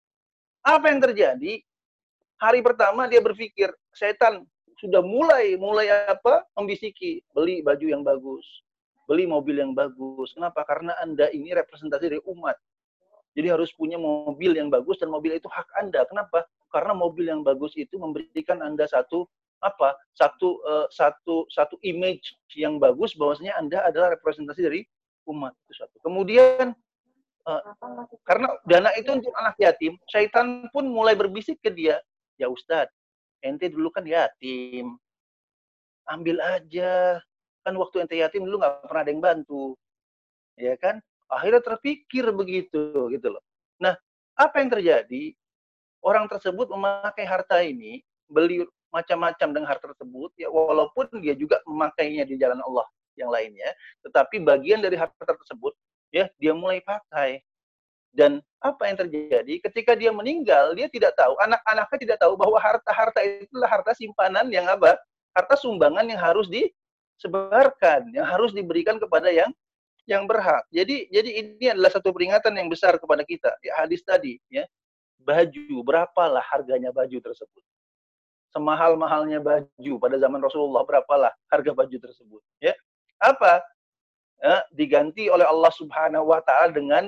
Apa yang terjadi? Hari pertama dia berpikir, setan sudah mulai mulai apa? Membisiki, beli baju yang bagus, beli mobil yang bagus. Kenapa? Karena Anda ini representasi dari umat. Jadi harus punya mobil yang bagus dan mobil itu hak Anda. Kenapa? Karena mobil yang bagus itu memberikan Anda satu apa? Satu uh, satu satu image yang bagus bahwasanya Anda adalah representasi dari umat itu satu. Kemudian uh, karena dana itu untuk anak yatim, syaitan pun mulai berbisik ke dia, "Ya Ustadz, ente dulu kan yatim. Ambil aja. Kan waktu ente yatim dulu nggak pernah ada yang bantu." Ya kan? Akhirnya terpikir begitu gitu loh. Nah, apa yang terjadi? Orang tersebut memakai harta ini, beli macam-macam dengan harta tersebut, ya walaupun dia juga memakainya di jalan Allah yang lainnya, tetapi bagian dari harta tersebut, ya dia mulai pakai. Dan apa yang terjadi? Ketika dia meninggal, dia tidak tahu, anak-anaknya tidak tahu bahwa harta-harta itulah harta simpanan yang apa? Harta sumbangan yang harus disebarkan, yang harus diberikan kepada yang yang berhak. Jadi jadi ini adalah satu peringatan yang besar kepada kita. Ya, hadis tadi, ya. Baju, berapalah harganya baju tersebut? Semahal-mahalnya baju pada zaman Rasulullah, berapalah harga baju tersebut? Ya. Apa? Ya, diganti oleh Allah Subhanahu wa taala dengan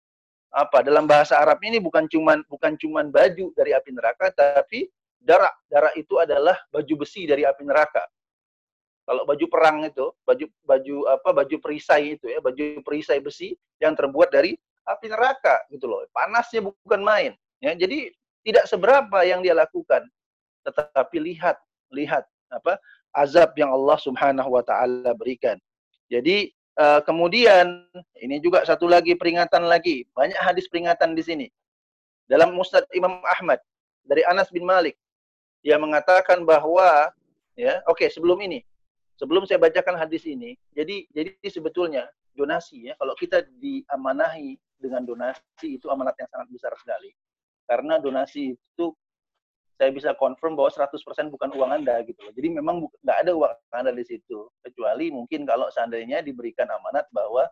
apa? Dalam bahasa Arab ini bukan cuman bukan cuman baju dari api neraka, tapi darah. Darah itu adalah baju besi dari api neraka. Kalau baju perang itu, baju baju apa? Baju perisai itu ya, baju perisai besi yang terbuat dari api neraka gitu loh. Panasnya bukan main. Ya, jadi tidak seberapa yang dia lakukan, tetapi lihat, lihat apa? Azab yang Allah Subhanahu wa taala berikan. Jadi uh, kemudian ini juga satu lagi peringatan lagi. Banyak hadis peringatan di sini. Dalam Musnad Imam Ahmad dari Anas bin Malik, dia mengatakan bahwa ya, oke, okay, sebelum ini Sebelum saya bacakan hadis ini, jadi jadi sebetulnya donasi ya, kalau kita diamanahi dengan donasi itu amanat yang sangat besar sekali. Karena donasi itu saya bisa confirm bahwa seratus persen bukan uang Anda gitu loh. Jadi memang nggak ada uang Anda di situ. Kecuali mungkin kalau seandainya diberikan amanat bahwa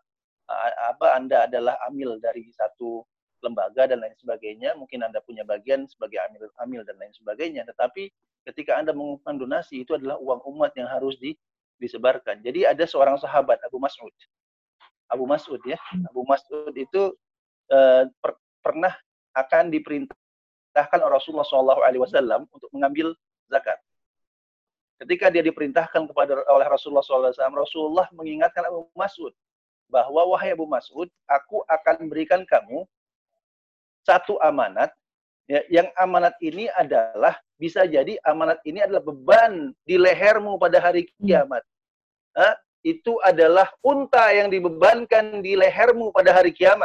apa Anda adalah amil dari satu lembaga dan lain sebagainya, mungkin Anda punya bagian sebagai amil amil dan lain sebagainya. Tetapi ketika Anda mengumumkan donasi itu adalah uang umat yang harus di disebarkan. Jadi ada seorang sahabat, Abu Mas'ud. Abu Mas'ud ya. Abu Mas'ud itu uh, per, pernah akan diperintahkan oleh Rasulullah shallallahu alaihi wasallam untuk mengambil zakat. Ketika dia diperintahkan kepada oleh Rasulullah shallallahu alaihi wasallam, Rasulullah mengingatkan Abu Mas'ud bahwa, wahai Abu Mas'ud, aku akan berikan kamu satu amanat, ya, yang amanat ini adalah, bisa jadi amanat ini adalah beban di lehermu pada hari kiamat. Nah, itu adalah unta yang dibebankan di lehermu pada hari kiamat.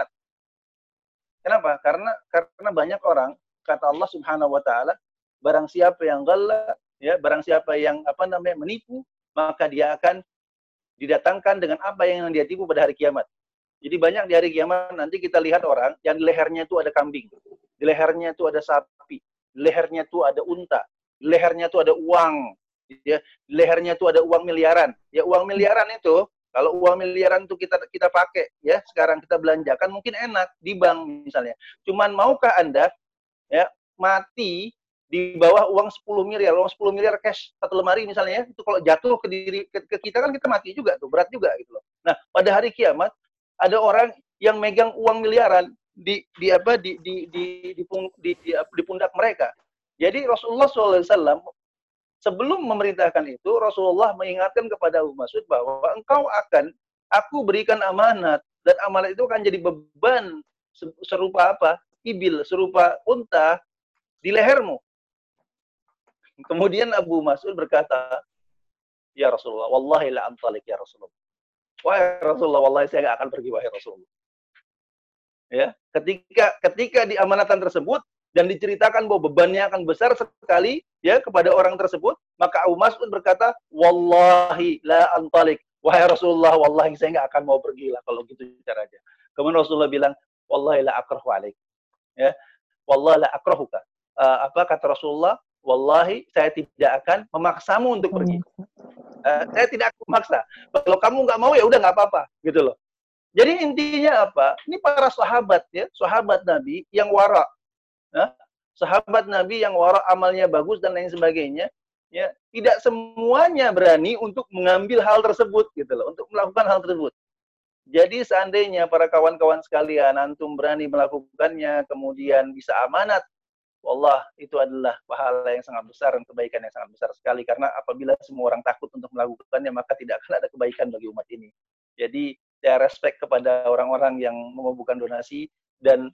Kenapa? Karena karena banyak orang, kata Allah Subhanahu wa taala, barang siapa yang ghalla, ya, barang siapa yang apa namanya menipu, maka dia akan didatangkan dengan apa yang dia tipu pada hari kiamat. Jadi banyak di hari kiamat nanti kita lihat orang yang di lehernya itu ada kambing, di lehernya itu ada sapi, di lehernya itu ada unta, di lehernya itu ada uang. Ya, di lehernya itu ada uang miliaran. Ya, uang miliaran itu, kalau uang miliaran itu kita kita pakai, ya, sekarang kita belanjakan mungkin enak di bank misalnya. Cuman maukah Anda ya mati di bawah uang sepuluh miliar, uang sepuluh miliar cash satu lemari misalnya ya, itu kalau jatuh ke diri ke, ke kita kan kita mati juga tuh, berat juga gitu loh. Nah, pada hari kiamat ada orang yang megang uang miliaran di di apa di di di di, di, di, di pundak mereka. Jadi Rasulullah shallallahu alaihi wasallam sebelum memerintahkan itu, Rasulullah mengingatkan kepada Abu Mas'ud bahwa engkau akan, aku berikan amanat, dan amanat itu akan jadi beban serupa apa? Ibil, serupa unta di lehermu. Kemudian Abu Mas'ud berkata, ya Rasulullah, wallahi la antalik ya Rasulullah. Wahai Rasulullah, wallahi saya nggak akan pergi, wahai Rasulullah. Ya, ketika ketika di amanatan tersebut, dan diceritakan bahwa bebannya akan besar sekali ya kepada orang tersebut, maka Abu Mas'ud berkata, wallahi la antalik, wahai Rasulullah, wallahi saya nggak akan mau pergi lah kalau gitu caranya. Kemudian Rasulullah bilang, wallahi la akrahu alaik, ya, wallahi la akrahuka. Uh, apa kata Rasulullah? wallahi saya tidak akan memaksamu untuk pergi. Uh, saya tidak akan memaksa. Kalau kamu nggak mau ya udah nggak apa-apa, gitu loh. Jadi intinya apa? Ini para sahabat ya, sahabat Nabi yang wara, ya, sahabat Nabi yang wara, amalnya bagus dan lain sebagainya. Ya, tidak semuanya berani untuk mengambil hal tersebut, gitu loh, untuk melakukan hal tersebut. Jadi seandainya para kawan-kawan sekalian, antum berani melakukannya, kemudian bisa amanat, wallah itu adalah pahala yang sangat besar dan kebaikan yang sangat besar sekali. Karena apabila semua orang takut untuk melakukannya, maka tidak akan ada kebaikan bagi umat ini. Jadi saya respect kepada orang-orang yang membubuhkan donasi dan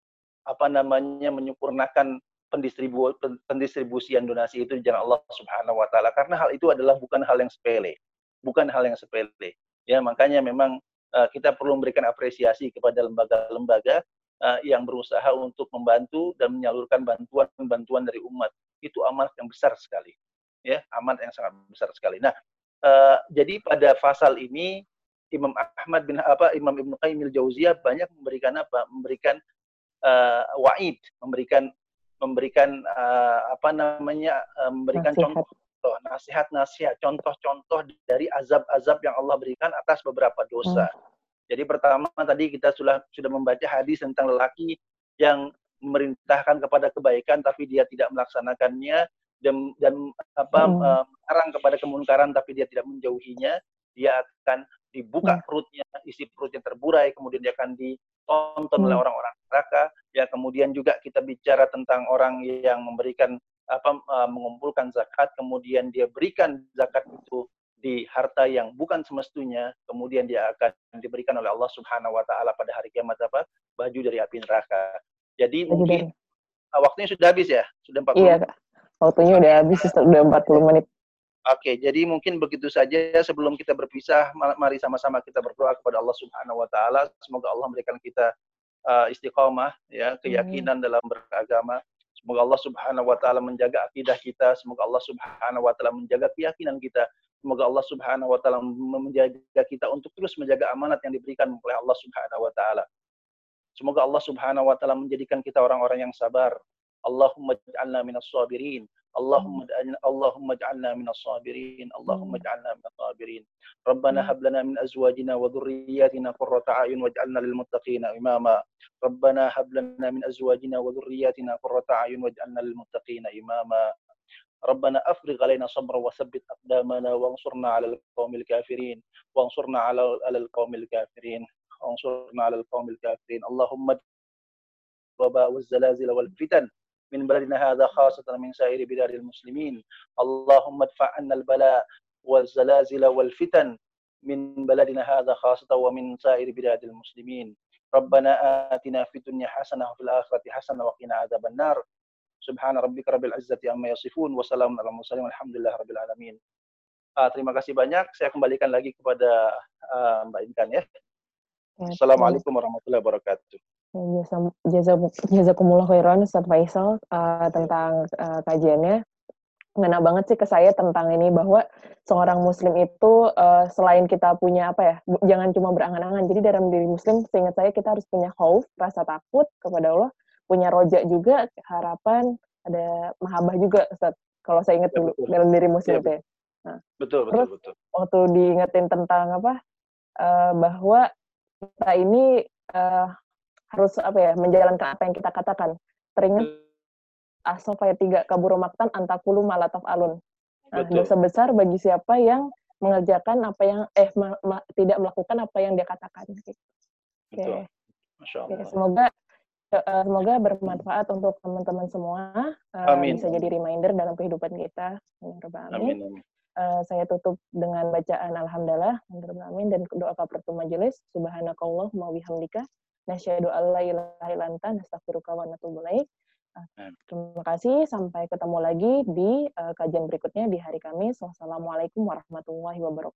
apa namanya menyempurnakan pendistribu pendistribusian donasi itu di jalan Allah Subhanahu wa taala. Karena hal itu adalah bukan hal yang sepele. Bukan hal yang sepele. Ya, makanya memang uh, kita perlu memberikan apresiasi kepada lembaga-lembaga uh, yang berusaha untuk membantu dan menyalurkan bantuan-bantuan dari umat. Itu amanat yang besar sekali. Ya, amanat yang sangat besar sekali. Nah, uh, jadi pada pasal ini Imam Ahmad bin apa Imam Ibnu Qayyim al-Jauziyah banyak memberikan apa? Memberikan uh, wa'id, memberikan memberikan uh, apa namanya? Uh, memberikan nasihat. contoh nasihat-nasihat, contoh-contoh dari azab-azab yang Allah berikan atas beberapa dosa. Hmm. Jadi pertama tadi kita sudah sudah membaca hadis tentang lelaki yang memerintahkan kepada kebaikan tapi dia tidak melaksanakannya dan dan apa hmm. melarang kepada kemungkaran tapi dia tidak menjauhinya, dia akan dibuka hmm. perutnya, isi perutnya terburai, kemudian dia akan ditonton hmm. oleh orang-orang neraka. Ya, kemudian juga kita bicara tentang orang yang memberikan apa uh, mengumpulkan zakat, kemudian dia berikan zakat itu di harta yang bukan semestinya, kemudian dia akan diberikan oleh Allah Subhanahu wa taala pada hari kiamat apa? Baju dari api neraka. Jadi baju mungkin dari... waktunya sudah habis ya? Sudah empat puluh. Iya, Kak. Waktunya udah habis, sudah empat puluh menit. Oke, jadi mungkin begitu saja sebelum kita berpisah, mari sama-sama kita berdoa kepada Allah Subhanahu wa taala, semoga Allah memberikan kita uh, istiqamah ya, keyakinan hmm. dalam beragama. Semoga Allah Subhanahu wa taala menjaga akidah kita, semoga Allah Subhanahu wa taala menjaga keyakinan kita. Semoga Allah Subhanahu wa taala menjaga kita untuk terus menjaga amanat yang diberikan oleh Allah Subhanahu wa taala. Semoga Allah Subhanahu wa taala menjadikan kita orang-orang yang sabar. Allahumma ij'alna minas sabirin. Allahumma Allahumma ij'alna minas sabirin. Allahumma ij'alna minas sabirin. Rabbana hab lana min azwajina wa dhurriyyatina qurrata a'yun waj'alna lil muttaqina imama. Rabbana hab lana min azwajina wa dhurriyyatina qurrata a'yun waj'alna lil muttaqina imama. ربنا أفرغ علينا صبرا وثبت أقدامنا وانصرنا على القوم الكافرين وانصرنا على على القوم الكافرين وانصرنا على القوم الكافرين اللهم الوباء والزلازل والفتن من بلدنا هذا خاصة من سائر بلاد المسلمين اللهم ادفع عنا البلاء والزلازل والفتن من بلدنا هذا خاصة ومن سائر بلاد المسلمين ربنا آتنا في الدنيا حسنة وفي الآخرة حسنة وقنا عذاب النار Subhana rabbika rabbil izzati amma yasifun wa salamun alal mursalin walhamdulillahi rabbil alamin. Uh, terima kasih banyak. Saya kembalikan lagi kepada uh, Mbak Intan ya. Assalamualaikum warahmatullahi wabarakatuh. Jazakumullah khairan Ustaz Faisal uh, tentang uh, kajiannya. Ngena banget sih ke saya tentang ini bahwa seorang muslim itu uh, selain kita punya apa ya, jangan cuma berangan-angan. Jadi dalam diri muslim seingat saya kita harus punya khauf, rasa takut kepada Allah, punya roja juga, harapan, ada mahabbah juga, Ustaz. Kalau saya ingat dulu ya, dalam diri muslim ya, ya. Nah, betul, terus, betul, betul. Waktu diingetin tentang apa, uh, bahwa kita ini uh, harus apa ya, menjalankan apa yang kita katakan. Teringat As-Saff ayat tiga, kaburu maktan antakulu malataf alun. Nah, dosa besar bagi siapa yang mengerjakan apa yang eh ma, ma, tidak melakukan apa yang dia katakan. Oke. Okay. Masya Allah. Okay, semoga Semoga bermanfaat untuk teman-teman semua. Uh, bisa jadi reminder dalam kehidupan kita. Amin. Amin. Uh, saya tutup dengan bacaan Alhamdulillah. Amin. Dan doa kafaratul majelis. Subhanakallah wa bihamdika. Nasyhadu an la ilaha illa anta nastaghfiruka wa natubu ilaik. Uh, terima kasih. Sampai ketemu lagi di uh, kajian berikutnya di hari Kamis. Wassalamualaikum warahmatullahi wabarakatuh.